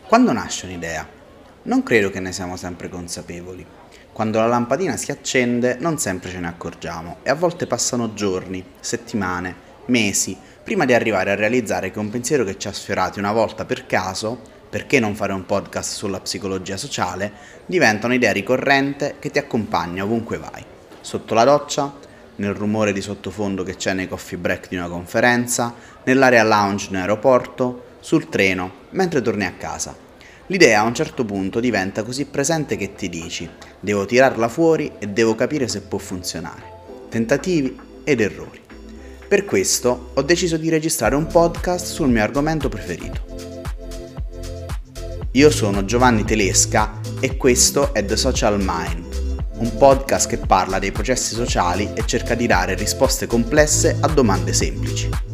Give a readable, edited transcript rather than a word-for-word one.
Quando nasce un'idea? Non credo che ne siamo sempre consapevoli. Quando la lampadina si accende non sempre ce ne accorgiamo e a volte passano giorni, settimane, mesi prima di arrivare a realizzare che un pensiero che ci ha sfiorati una volta per caso, perché non fare un podcast sulla psicologia sociale, diventa un'idea ricorrente che ti accompagna ovunque vai. Sotto la doccia, nel rumore di sottofondo che c'è nei coffee break di una conferenza, nell'area lounge in aeroporto, sul treno, mentre torni a casa. L'idea a un certo punto diventa così presente che ti dici: devo tirarla fuori e devo capire se può funzionare. Tentativi ed errori. Per questo ho deciso di registrare un podcast sul mio argomento preferito. Io sono Giovanni Telesca e questo è The Social Mind, un podcast che parla dei processi sociali e cerca di dare risposte complesse a domande semplici.